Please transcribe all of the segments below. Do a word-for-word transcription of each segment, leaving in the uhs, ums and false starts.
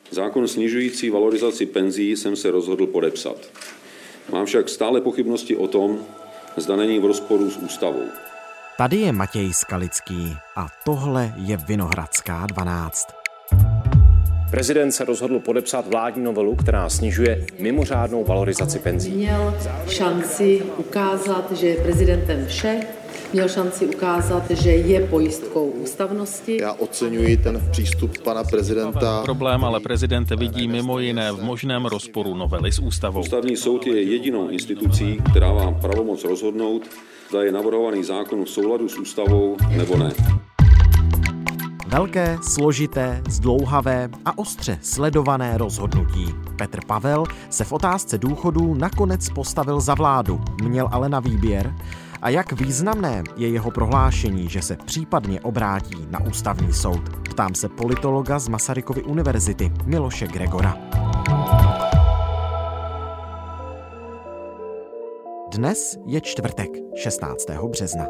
Zákon snižující valorizaci penzí jsem se rozhodl podepsat. Mám však stále pochybnosti o tom, zda není v rozporu s ústavou. Tady je Matěj Skalický a tohle je Vinohradská dvanáct. Prezident se rozhodl podepsat vládní novelu, která snižuje mimořádnou valorizaci penzí. Měl šanci ukázat, že je prezidentem vše, měl šanci ukázat, že je pojistkou ústavnosti. Já oceňuji ten přístup pana prezidenta. Problém ale prezident vidí mimo jiné v možném rozporu novely s ústavou. Ústavní soud je jedinou institucí, která má pravomoc rozhodnout, zda je navrhovaný zákon v souladu s ústavou nebo ne. Velké, složité, zdlouhavé a ostře sledované rozhodnutí. Petr Pavel se v otázce důchodů nakonec postavil za vládu, měl ale na výběr. A jak významné je jeho prohlášení, že se případně obrátí na ústavní soud? Ptám se politologa z Masarykovy univerzity Miloše Gregora. Dnes je čtvrtek, šestnáctého března.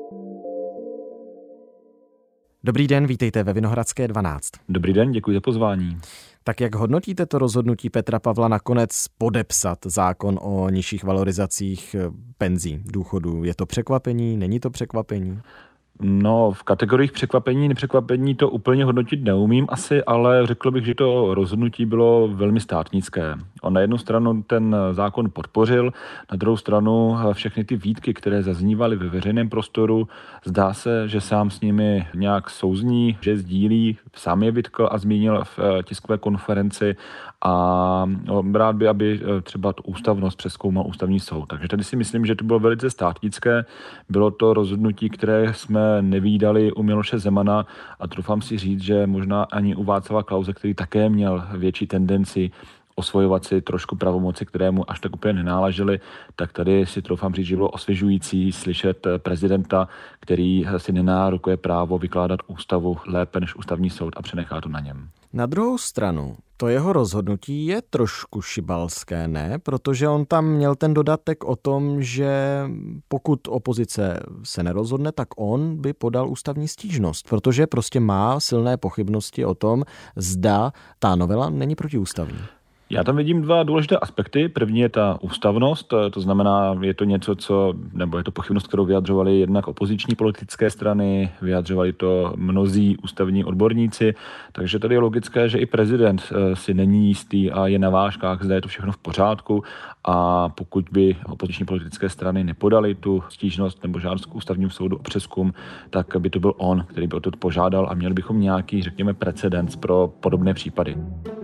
Dobrý den, vítejte ve Vinohradské dvanáct. Dobrý den, děkuji za pozvání. Tak jak hodnotíte to rozhodnutí Petra Pavla nakonec podepsat zákon o nižších valorizacích penzí, důchodů? Je to překvapení, není to překvapení? No, v kategoriích překvapení, nepřekvapení to úplně hodnotit neumím asi, ale řekl bych, že to rozhodnutí bylo velmi státnické. On na jednu stranu ten zákon podpořil, na druhou stranu všechny ty výtky, které zaznívaly ve veřejném prostoru, zdá se, že sám s nimi nějak souzní, že sdílí, sám je vytkl a zmínil v tiskové konferenci a rád by, aby třeba tu ústavnost přezkoumal ústavní soud. Takže tady si myslím, že to bylo velice státnické, bylo to rozhodnutí, které jsme nevídali u Miloše Zemana a troufám si říct, že možná ani u Václava Klause, který také měl větší tendenci osvojovat si trošku pravomoci, které mu až tak úplně nenáležely, tak tady si troufám říct, že bylo osvěžující slyšet prezidenta, který si nenárokuje právo vykládat ústavu lépe než ústavní soud a přenechá to na něm. Na druhou stranu, to jeho rozhodnutí je trošku šibalské, ne? Protože on tam měl ten dodatek o tom, že pokud opozice se nerozhodne, tak on by podal ústavní stížnost, protože prostě má silné pochybnosti o tom, zda ta novela není protiústavní. Já tam vidím dva důležité aspekty. První je ta ústavnost, to znamená, je to něco, co, nebo je to pochybnost, kterou vyjadřovali jednak opoziční politické strany, vyjadřovali to mnozí ústavní odborníci, takže tady je logické, že i prezident si není jistý a je na vážkách, zda je to všechno v pořádku a pokud by opoziční politické strany nepodali tu stížnost nebo žádost k ústavnímu soudu o přezkum, tak by to byl on, který by o to požádal a měli bychom nějaký, řekněme, precedens pro podobné případy.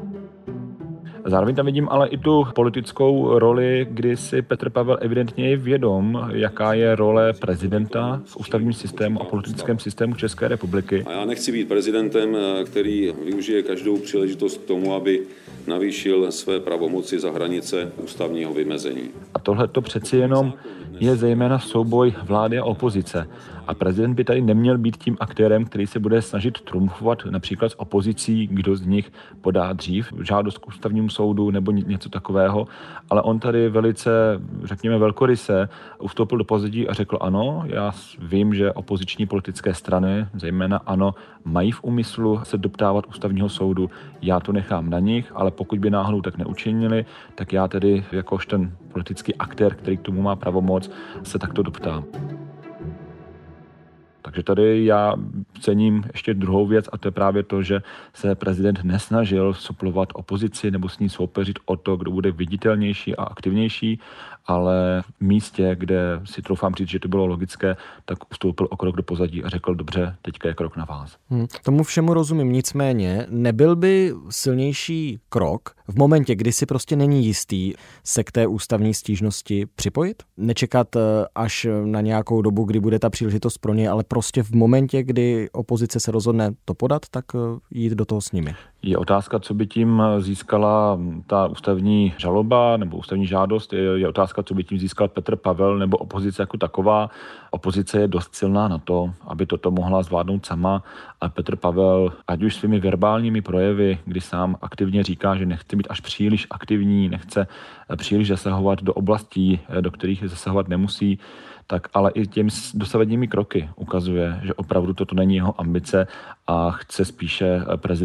Zároveň tam vidím ale i tu politickou roli, kdy si Petr Pavel evidentně je vědom, jaká je role prezidenta v ústavním systému a politickém systému České republiky. A já nechci být prezidentem, který využije každou příležitost k tomu, aby navýšil své pravomoci za hranice ústavního vymezení. A tohle to přeci jenom je zejména souboj vlády a opozice. A prezident by tady neměl být tím aktérem, který se bude snažit trumfovat například s opozicí, kdo z nich podá dřív žádost k ústavnímu soudu nebo něco takového. Ale on tady velice, řekněme, velkoryse ustoupil do pozadí a řekl ano, já vím, že opoziční politické strany, zejména ANO, mají v úmyslu se doptávat ústavního soudu. Já to nechám na nich, ale pokud by náhodou tak neučinili, tak já tedy jakož ten politický aktér, který k tomu má pravomoc, se takto doptám. Takže tady já cením ještě druhou věc a to je právě to, že se prezident nesnažil suplovat opozici nebo s ní soupeřit o to, kdo bude viditelnější a aktivnější, ale v místě, kde si troufám říct, že to bylo logické, tak ustoupil o krok do pozadí a řekl, dobře, teďka je krok na vás. Hmm, tomu všemu rozumím, nicméně nebyl by silnější krok v momentě, kdy si prostě není jistý se k té ústavní stížnosti připojit? Nečekat až na nějakou dobu, kdy bude ta příležitost pro něj, ale prostě v momentě, kdy opozice se rozhodne to podat, tak jít do toho s nimi. Je otázka, co by tím získala ta ústavní žaloba nebo ústavní žádost, je, je otázka, co by tím získal Petr Pavel nebo opozice jako taková. Opozice je dost silná na to, aby toto mohla zvládnout sama a Petr Pavel, ať už svými verbálními projevy, kdy sám aktivně říká, že nechce být až příliš aktivní, nechce příliš zasahovat do oblastí, do kterých zasahovat nemusí, tak ale i těmi dosavadními kroky ukazuje, že opravdu toto není jeho ambice a chce spíše prezident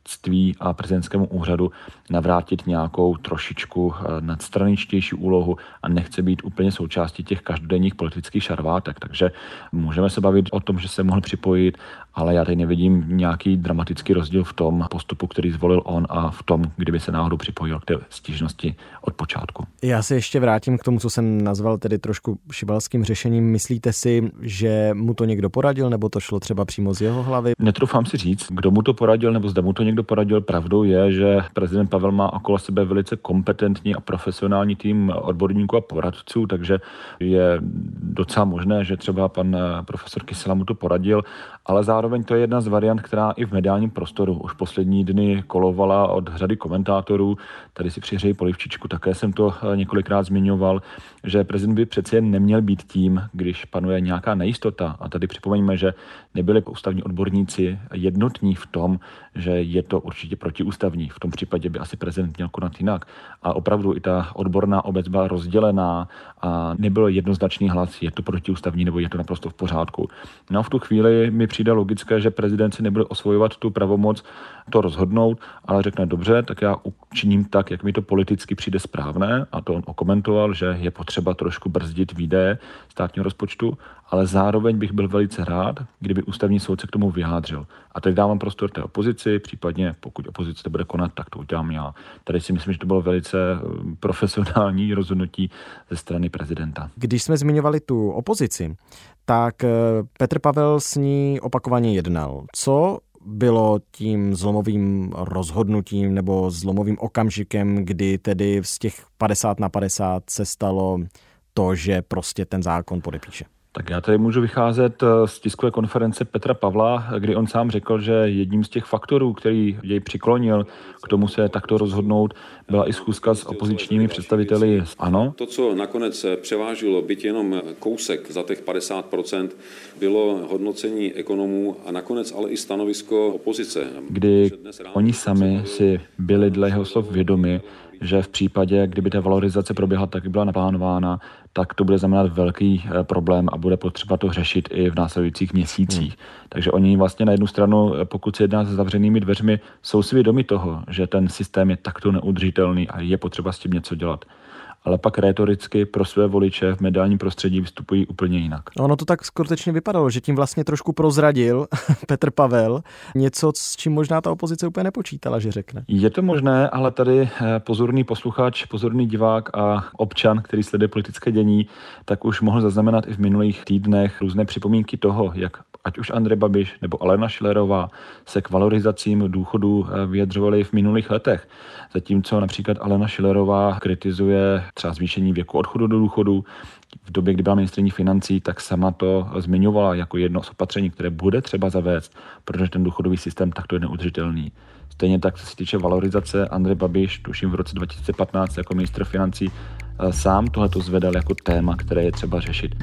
prezidentství a prezidentskému úřadu navrátit nějakou trošičku nadstraničtější úlohu a nechce být úplně součástí těch každodenních politických šarvátek. Takže můžeme se bavit o tom, že se mohl připojit, ale já tady nevidím nějaký dramatický rozdíl v tom postupu, který zvolil on a v tom, kdyby se náhodou připojil k té stížnosti od počátku. Já se ještě vrátím k tomu, co jsem nazval tedy trošku šibalským řešením. Myslíte si, že mu to někdo poradil, nebo to šlo třeba přímo z jeho hlavy? Netroufám si říct, kdo mu to poradil, nebo zda mu to někdo poradil. Pravdou je, že prezident Pavel má okolo sebe velice kompetentní a profesionální tým odborníků a poradců, takže je docela možné, že třeba pan profesor Kysela mu to poradil, ale zároveň to je jedna z variant, která i v mediálním prostoru už poslední dny kolovala od řady komentátorů. Tady si přihřeji polivčičku, také jsem to několikrát zmiňoval, že prezident by přece jen neměl být tím, když panuje nějaká nejistota. A tady připomeňme, že nebyli ústavní odborníci jednotní v tom, že je to určitě protiústavní. V tom případě by asi prezident měl konat jinak. A opravdu i ta odborná obec byla rozdělená a nebylo jednoznačný hlas, je to protiústavní nebo je to naprosto v pořádku. No a v tu chvíli mi přijde logické, že prezident si nebude osvojovat tu pravomoc to rozhodnout, ale řekne dobře, tak já učiním tak, jak mi to politicky přijde správné, a to on okomentoval, že je potřeba trošku brzdit výdaje státního rozpočtu, ale zároveň bych byl velice rád, kdyby ústavní soud se k tomu vyjádřil. A teď dávám prostor té opozici, případně pokud opozice to bude konat, tak to udělám já. Tady si myslím, že to bylo velice profesionální rozhodnutí ze strany prezidenta. Když jsme zmiňovali tu opozici, tak Petr Pavel s ní opakovaně jednal. Co bylo tím zlomovým rozhodnutím nebo zlomovým okamžikem, kdy tedy z těch padesát na padesát se stalo to, že prostě ten zákon podepíše? Tak já tady můžu vycházet z tiskové konference Petra Pavla, kdy on sám řekl, že jedním z těch faktorů, který jej přiklonil k tomu se takto rozhodnout, byla i schůzka s opozičními představiteli ANO. To, co nakonec převážilo, byť jenom kousek za těch padesát procent, bylo hodnocení ekonomů a nakonec ale i stanovisko opozice. Kdy oni sami si byli dle jeho slov vědomi, že v případě, kdyby ta valorizace proběhla tak, jak byla naplánována, tak to bude znamenat velký problém a bude potřeba to řešit i v následujících měsících. Hmm. Takže oni vlastně na jednu stranu, pokud se jedná se zavřenými dveřmi, jsou si vědomi toho, že ten systém je takto neudržitelný a je potřeba s tím něco dělat. Ale pak rétoricky pro své voliče v mediálním prostředí vystupují úplně jinak. Ono to tak skutečně vypadalo, že tím vlastně trošku prozradil Petr Pavel něco, s čím možná ta opozice úplně nepočítala, že řekne. Je to možné, ale tady pozorný posluchač, pozorný divák a občan, který sleduje politické dění, tak už mohl zaznamenat i v minulých týdnech různé připomínky toho, jak ať už Andrej Babiš nebo Alena Schillerová se k valorizacím důchodů vyjadřovali v minulých letech. Zatímco například Alena Schillerová kritizuje třeba zvýšení věku odchodu do důchodu. V době, kdy byla ministryní financí, tak sama to zmiňovala jako jedno z opatření, které bude třeba zavést, protože ten důchodový systém takto je neudržitelný. Stejně tak, co se týče valorizace, Andrej Babiš, tuším v roce dva tisíce patnáct jako ministr financí, sám tohleto zvedal jako téma, které je třeba řešit.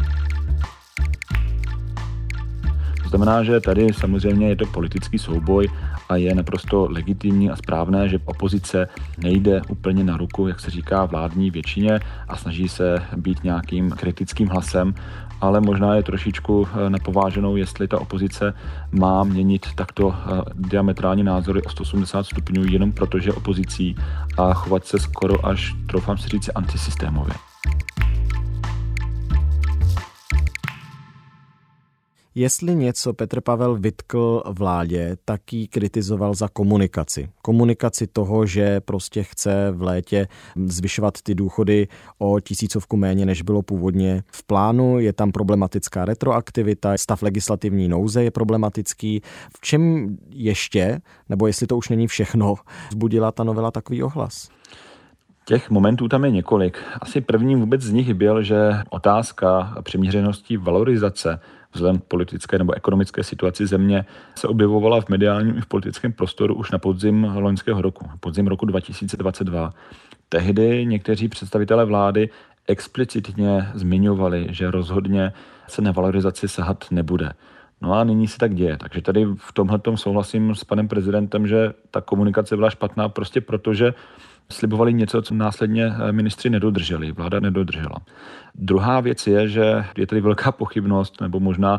To znamená, že tady samozřejmě je to politický souboj a je naprosto legitimní a správné, že opozice nejde úplně na ruku, jak se říká, vládní většině a snaží se být nějakým kritickým hlasem, ale možná je trošičku napováženou, jestli ta opozice má měnit takto diametrální názory o sto osmdesát stupňů jenom protože opozicí a chovat se skoro až, troufám si říct, antisystémově. Jestli něco Petr Pavel vytkl vládě, tak ji kritizoval za komunikaci. Komunikaci toho, že prostě chce v létě zvyšovat ty důchody o tisícovku méně, než bylo původně v plánu. Je tam problematická retroaktivita, stav legislativní nouze je problematický. V čem ještě, nebo jestli to už není všechno, vzbudila ta novela takový ohlas? Těch momentů tam je několik. Asi prvním vůbec z nich byl, že otázka přiměřenosti valorizace vzhledem k politické nebo ekonomické situaci země se objevovala v mediálním i v politickém prostoru už na podzim loňského roku, podzim roku dva tisíce dvacet dva. Tehdy někteří představitelé vlády explicitně zmiňovali, že rozhodně se na valorizaci sahat nebude. No a nyní se tak děje. Takže tady v tomhletom souhlasím s panem prezidentem, že ta komunikace byla špatná prostě proto, že slibovali něco, co následně ministři nedodrželi, vláda nedodržela. Druhá věc je, že je tady velká pochybnost, nebo možná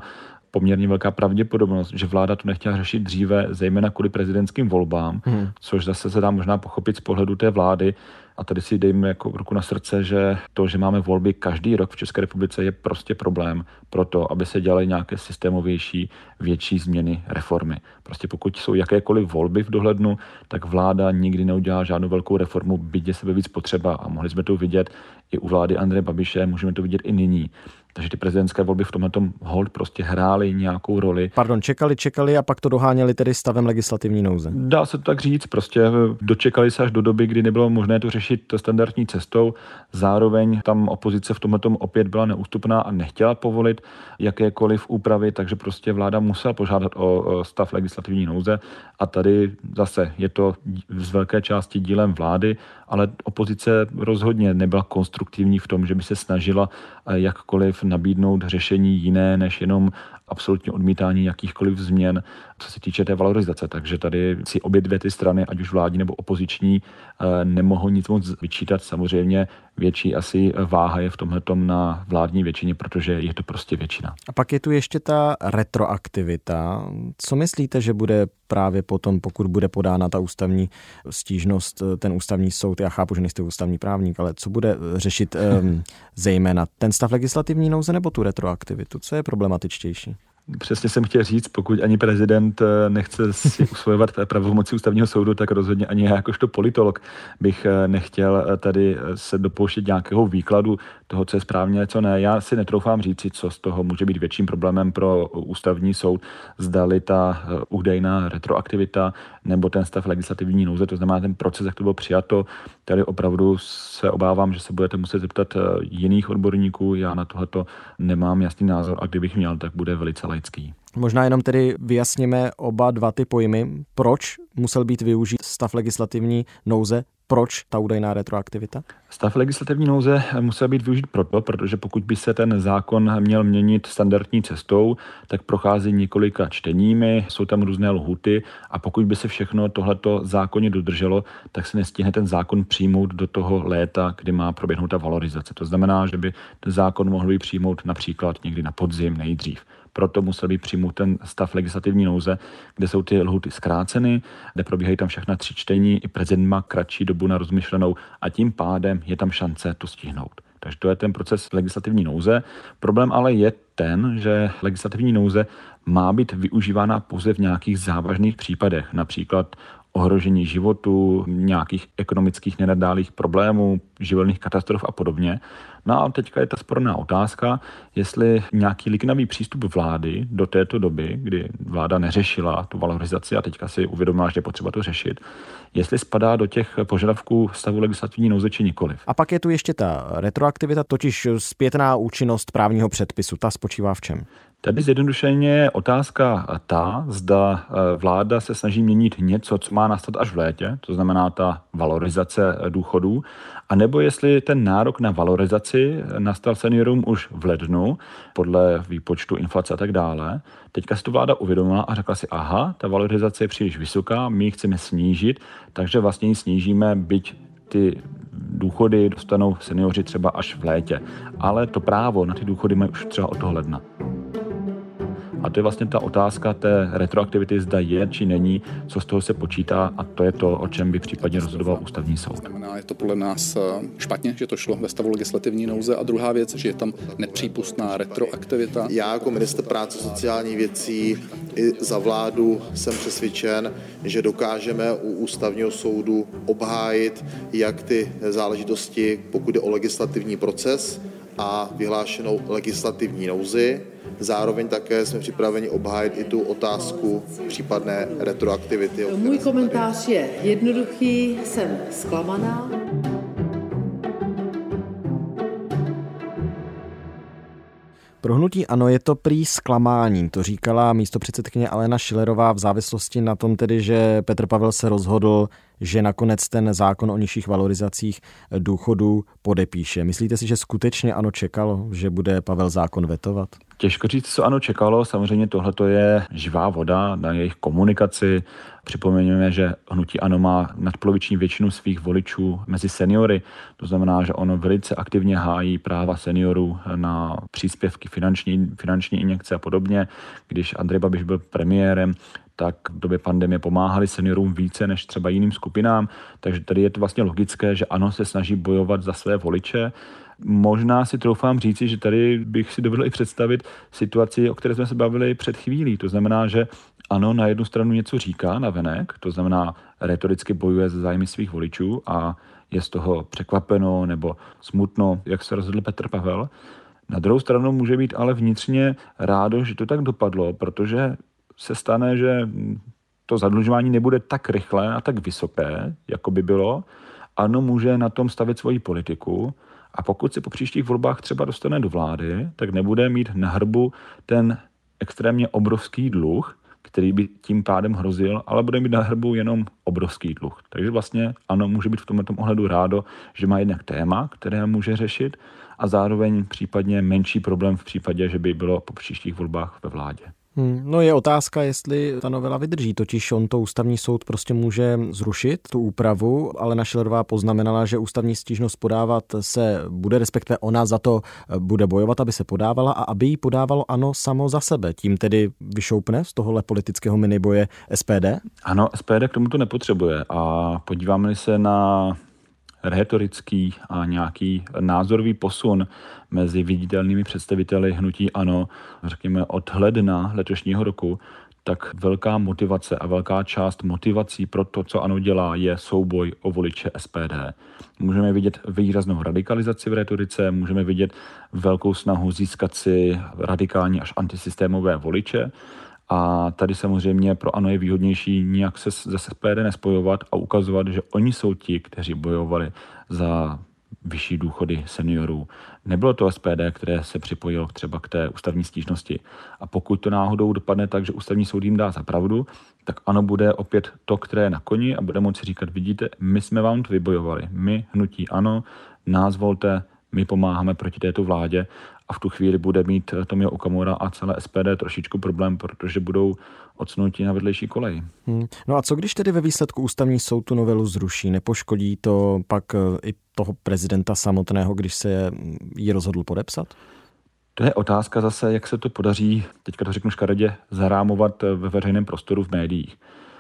poměrně velká pravděpodobnost, že vláda to nechtěla řešit dříve, zejména kvůli prezidentským volbám, hmm. což zase se dá možná pochopit z pohledu té vlády. A tady si dejme jako ruku na srdce, že to, že máme volby každý rok v České republice, je prostě problém pro to, aby se dělaly nějaké systémovější, větší změny, reformy. Prostě pokud jsou jakékoliv volby v dohlednu, tak vláda nikdy neudělá žádnou velkou reformu, byť je sebe víc potřeba. A mohli jsme to vidět i u vlády Andreje Babiše, můžeme to vidět i nyní. Takže ty prezidentské volby v tomhletom hold prostě hrály nějakou roli. Pardon, čekali, čekali a pak to doháněli tedy stavem legislativní nouze. Dá se to tak říct, prostě dočekali se až do doby, kdy nebylo možné to řešit standardní cestou. Zároveň tam opozice v tomhletom opět byla neústupná a nechtěla povolit jakékoliv úpravy, takže prostě vláda musela požádat o stav legislativní nouze a tady zase je to z velké části dílem vlády, ale opozice rozhodně nebyla konstruktivní v tom, že by se snažila jakkoliv nabídnout řešení jiné, než jenom absolutně odmítání jakýchkoliv změn, co se týče té valorizace. Takže tady si obě dvě ty strany, ať už vládní nebo opoziční, nemohou nic moc vyčítat. Samozřejmě větší asi váha je v tomhletom na vládní většině, protože je to prostě většina. A pak je tu ještě ta retroaktivita. Co myslíte, že bude právě potom, pokud bude podána ta ústavní stížnost, ten ústavní soud? Já chápu, že nejste ústavní právník, ale co bude řešit um, zejména ten stav legislativní nouze nebo tu retroaktivitu? Co je problematičtější? Přesně jsem chtěl říct, pokud ani prezident nechce si usvojovat pravomoci ústavního soudu, tak rozhodně ani já jakožto politolog bych nechtěl tady se dopouštět nějakého výkladu toho, co je správně a co ne. Já si netroufám říci, co z toho může být větším problémem pro ústavní soud, zdali ta údajná retroaktivita nebo ten stav legislativní nouze, to znamená ten proces, jak to bylo přijato. Tady opravdu se obávám, že se budete muset zeptat jiných odborníků. Já na tohleto nemám jasný názor a kdybych měl, tak bude velice laický. Možná jenom tedy vyjasněme oba dva ty pojmy. Proč musel být využít stav legislativní nouze? Proč ta údajná retroaktivita? Stav legislativní nouze musel být využít proto, protože pokud by se ten zákon měl měnit standardní cestou, tak prochází několika čteními, jsou tam různé lhuty a pokud by se všechno tohleto zákonně dodrželo, tak se nestihne ten zákon přijmout do toho léta, kdy má proběhnout ta valorizace. To znamená, že by ten zákon mohl být přijmout například někdy na podzim nejdřív. Proto musel být přijmout ten stav legislativní nouze, kde jsou ty lhuty zkráceny, kde probíhají tam všechna tři čtení, i prezident má kratší dobu na rozmyšlenou a tím pádem je tam šance to stihnout. Takže to je ten proces legislativní nouze. Problém ale je ten, že legislativní nouze má být využívána pouze v nějakých závažných případech, například ohrožení životu, nějakých ekonomických nenadálých problémů, živelných katastrof a podobně. No a teďka je ta sporná otázka, jestli nějaký liknavý přístup vlády do této doby, kdy vláda neřešila tu valorizaci a teďka si uvědomila, že je potřeba to řešit, jestli spadá do těch požadavků stavu legislativní nouze či nikoliv. A pak je tu ještě ta retroaktivita, totiž zpětná účinnost právního předpisu. Ta spočívá v čem? Tady zjednodušeně je otázka ta, zda vláda se snaží měnit něco, co má nastat až v létě, to znamená ta valorizace důchodů, anebo jestli ten nárok na valorizaci nastal seniorům už v lednu, podle výpočtu inflace a tak dále. Teďka si to vláda uvědomila a řekla si, aha, ta valorizace je příliš vysoká, my ji chceme snížit, takže vlastně ji snížíme, byť ty důchody dostanou seniori třeba až v létě. Ale to právo na ty důchody mají už třeba od toho ledna. A to je vlastně ta otázka té retroaktivity, zda je či není, co z toho se počítá a to je to, o čem by případně rozhodoval ústavní soud. Znamená, je to podle nás špatně, že to šlo ve stavu legislativní nouze a druhá věc, že je tam nepřípustná retroaktivita. Já jako ministr práce a sociálních věcí i za vládu jsem přesvědčen, že dokážeme u ústavního soudu obhájit jak ty záležitosti, pokud jde o legislativní proces a vyhlášenou legislativní nouzi. Zároveň také jsme připraveni obhájit i tu otázku případné retroaktivity. Můj komentář je jednoduchý, jsem zklamaná. Pro hnutí ANO je to prý zklamáním, to říkala místopředsedkyně Alena Schillerová v závislosti na tom tedy, že Petr Pavel se rozhodl, že nakonec ten zákon o nižších valorizacích důchodů podepíše. Myslíte si, že skutečně ANO čekalo, že bude Pavel zákon vetovat? Těžko říct, co ANO čekalo. Samozřejmě tohle je živá voda na jejich komunikaci. Připomeňujeme, že hnutí ANO má nadpoloviční většinu svých voličů mezi seniory. To znamená, že ono velice aktivně hájí práva seniorů na příspěvky, finanční, finanční injekce a podobně. Když Andrej Babiš byl premiérem, tak v době pandemie pomáhali seniorům více než třeba jiným skupinám. Takže tady je to vlastně logické, že ANO se snaží bojovat za své voliče. Možná si troufám říci, že tady bych si dovedl i představit situaci, o které jsme se bavili před chvílí. To znamená, že ANO na jednu stranu něco říká navenek, to znamená retoricky bojuje za zájmy svých voličů a je z toho překvapeno nebo smutno, jak se rozhodl Petr Pavel. Na druhou stranu může být ale vnitřně rádo, že to tak dopadlo, protože se stane, že to zadlužování nebude tak rychlé a tak vysoké, jako by bylo. ANO může na tom stavit svoji politiku a pokud se po příštích volbách třeba dostane do vlády, tak nebude mít na hrbu ten extrémně obrovský dluh, který by tím pádem hrozil, ale bude mít na hrbu jenom obrovský dluh. Takže vlastně ANO může být v tomto ohledu rádo, že má jednak téma, které může řešit a zároveň případně menší problém v případě, že by bylo po příštích volbách ve vládě. Hmm, no je otázka, jestli ta novela vydrží, totiž on to ústavní soud prostě může zrušit, tu úpravu, ale Schillerová poznamenala, že ústavní stížnost podávat se bude, respektive ona za to bude bojovat, aby se podávala a aby ji podávalo ANO samo za sebe. Tím tedy vyšoupne z tohohle politického miniboje S P D? Ano, S P D k tomu to nepotřebuje a podíváme se na rétorický a nějaký názorový posun mezi viditelnými představiteli hnutí ANO, řekněme od ledna letošního roku, tak velká motivace a velká část motivací pro to, co ANO dělá, je souboj o voliče S P D. Můžeme vidět výraznou radikalizaci v rétorice, můžeme vidět velkou snahu získat si radikální až antisystémové voliče. A tady samozřejmě pro ANO je výhodnější nijak se ze S P D nespojovat a ukazovat, že oni jsou ti, kteří bojovali za vyšší důchody seniorů. Nebylo to S P D, které se připojilo třeba k té ústavní stížnosti. A pokud to náhodou dopadne tak, že ústavní soud jim dá za pravdu, tak ANO bude opět to, které je na koni a bude moci říkat, vidíte, my jsme vám to vybojovali. My, hnutí ANO, nás volte, my pomáháme proti této vládě. A v tu chvíli bude mít Tomio Okamura a celé S P D trošičku problém, protože budou odsunuti na vedlejší kolej. Hmm. No a co když tedy ve výsledku ústavní soud tu novelu zruší? Nepoškodí to pak i toho prezidenta samotného, když se ji rozhodl podepsat? To je otázka zase, jak se to podaří, teďka to řeknu škaredě, zarámovat ve veřejném prostoru v médiích.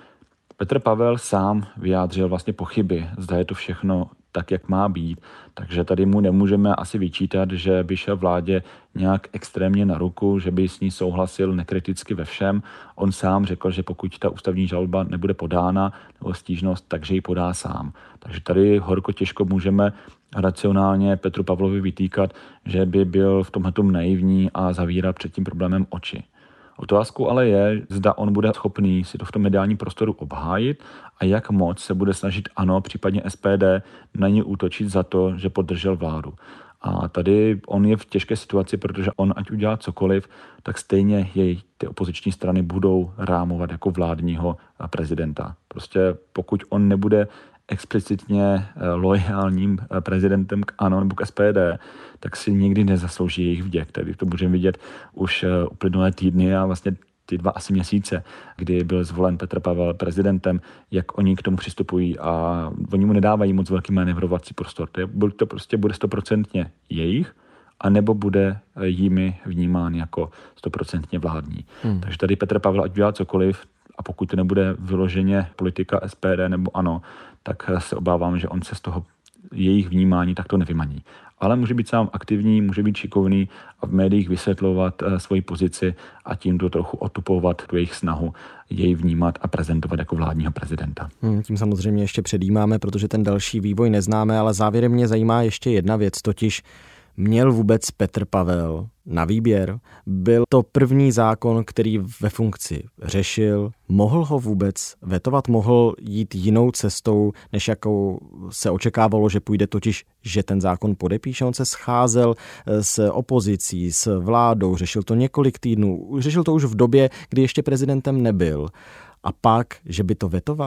Petr Pavel sám vyjádřil vlastně pochyby, zda je to všechno tak, jak má být. Takže tady mu nemůžeme asi vyčítat, že by šel vládě nějak extrémně na ruku, že by s ní souhlasil nekriticky ve všem. On sám řekl, že pokud ta ústavní žaloba nebude podána nebo stížnost, takže ji podá sám. Takže tady horko těžko můžeme racionálně Petru Pavlovi vytýkat, že by byl v tomhletom naivní a zavírat před tím problémem oči. Otázkou ale je, zda on bude schopný si to v tom mediálním prostoru obhájit a jak moc se bude snažit ANO, případně S P D, na ně útočit za to, že podržel vládu. A tady on je v těžké situaci, protože on, ať udělá cokoliv, tak stejně jej ty opoziční strany budou rámovat jako vládního prezidenta. Prostě pokud on nebude explicitně loajálním prezidentem k ANO nebo k S P D, tak si nikdy nezaslouží jejich vděk. Tady to můžeme vidět už uplynulé týdny a vlastně ty dva asi měsíce, kdy byl zvolen Petr Pavel prezidentem, jak oni k tomu přistupují a oni mu nedávají moc velký manévrovací prostor. To, je, to prostě bude stoprocentně jejich, anebo bude jimi vnímán jako stoprocentně vládní. Hmm. Takže tady Petr Pavel ať dělá cokoliv, a pokud to nebude vyloženě politika S P D nebo ANO, tak se obávám, že on se z toho jejich vnímání takto nevymaní. Ale může být sám aktivní, může být šikovný a v médiích vysvětlovat svoji pozici a tím to trochu otupovat tu jejich snahu jej vnímat a prezentovat jako vládního prezidenta. Hmm, tím samozřejmě ještě předjímáme, protože ten další vývoj neznáme, ale závěrem mě zajímá ještě jedna věc, totiž měl vůbec Petr Pavel na výběr? Byl to první zákon, který ve funkci řešil? Mohl ho vůbec vetovat? Mohl jít jinou cestou, než jakou se očekávalo, že půjde, totiž, že ten zákon podepíše? On se scházel s opozicí, s vládou, řešil to několik týdnů. Řešil to už v době, kdy ještě prezidentem nebyl. A pak, že by to vetoval?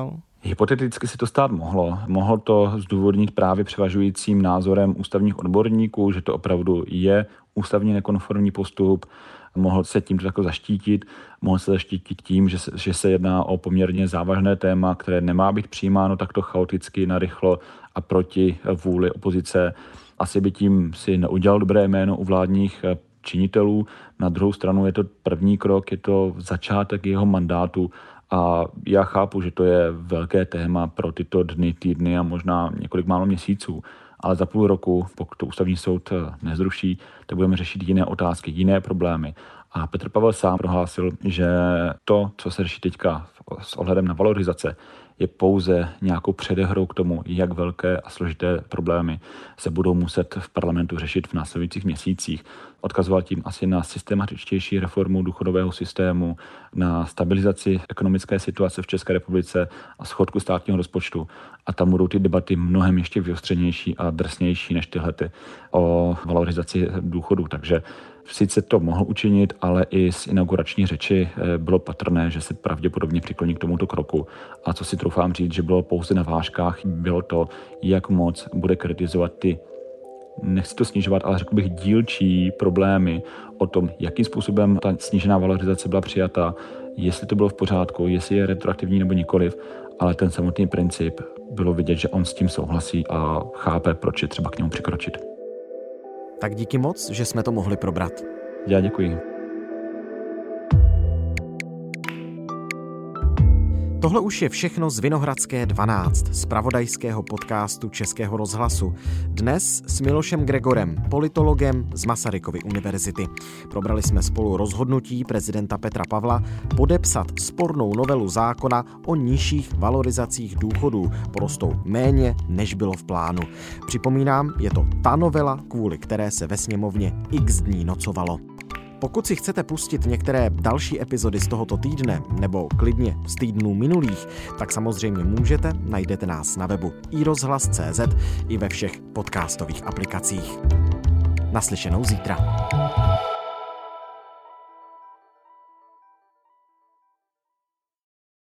Hypoteticky si to stát mohlo. Mohlo to zdůvodnit právě převažujícím názorem ústavních odborníků, že to opravdu je ústavně nekonformní postup. Mohl se tímto takto zaštítit, mohl se zaštítit tím, že se, že se jedná o poměrně závažné téma, které nemá být přijímáno takto chaoticky, narychlo a proti vůli opozice. Asi by tím si neudělal dobré jméno u vládních činitelů. Na druhou stranu je to první krok, je to začátek jeho mandátu a já chápu, že to je velké téma pro tyto dny, týdny a možná několik málo měsíců. Ale za půl roku, pokud to ústavní soud nezruší, tak budeme řešit jiné otázky, jiné problémy. A Petr Pavel sám prohlásil, že to, co se řeší teďka s ohledem na valorizace, je pouze nějakou předehrou k tomu, jak velké a složité problémy se budou muset v parlamentu řešit v následujících měsících. Odkazoval tím asi na systematičtější reformu důchodového systému, na stabilizaci ekonomické situace v České republice a schodku státního rozpočtu. A tam budou ty debaty mnohem ještě vyostřenější a drsnější než tyhlety o valorizaci důchodů. Takže sice to mohl učinit, ale i z inaugurační řeči bylo patrné, že se pravděpodobně přikloní k tomuto kroku. A co si troufám říct, že bylo pouze na vážkách, bylo to, jak moc bude kritizovat ty, nechci to snižovat, ale řekl bych dílčí problémy o tom, jakým způsobem ta snížená valorizace byla přijata, jestli to bylo v pořádku, jestli je retroaktivní nebo nikoliv, ale ten samotný princip bylo vidět, že on s tím souhlasí a chápe, proč je třeba k němu přikročit. Tak díky moc, že jsme to mohli probrat. Já děkuji. Tohle už je všechno z Vinohradské dvanáct, zpravodajského podcastu Českého rozhlasu. Dnes s Milošem Gregorem, politologem z Masarykovy univerzity. Probrali jsme spolu rozhodnutí prezidenta Petra Pavla podepsat spornou novelu zákona o nižších valorizacích důchodů. Porostou méně, než bylo v plánu. Připomínám, je to ta novela, kvůli které se ve sněmovně x dní nocovalo. Pokud si chcete pustit některé další epizody z tohoto týdne, nebo klidně z týdnů minulých, tak samozřejmě můžete, najdete nás na webu i rozhlas tečka cé zet i ve všech podcastových aplikacích. Naslyšenou zítra.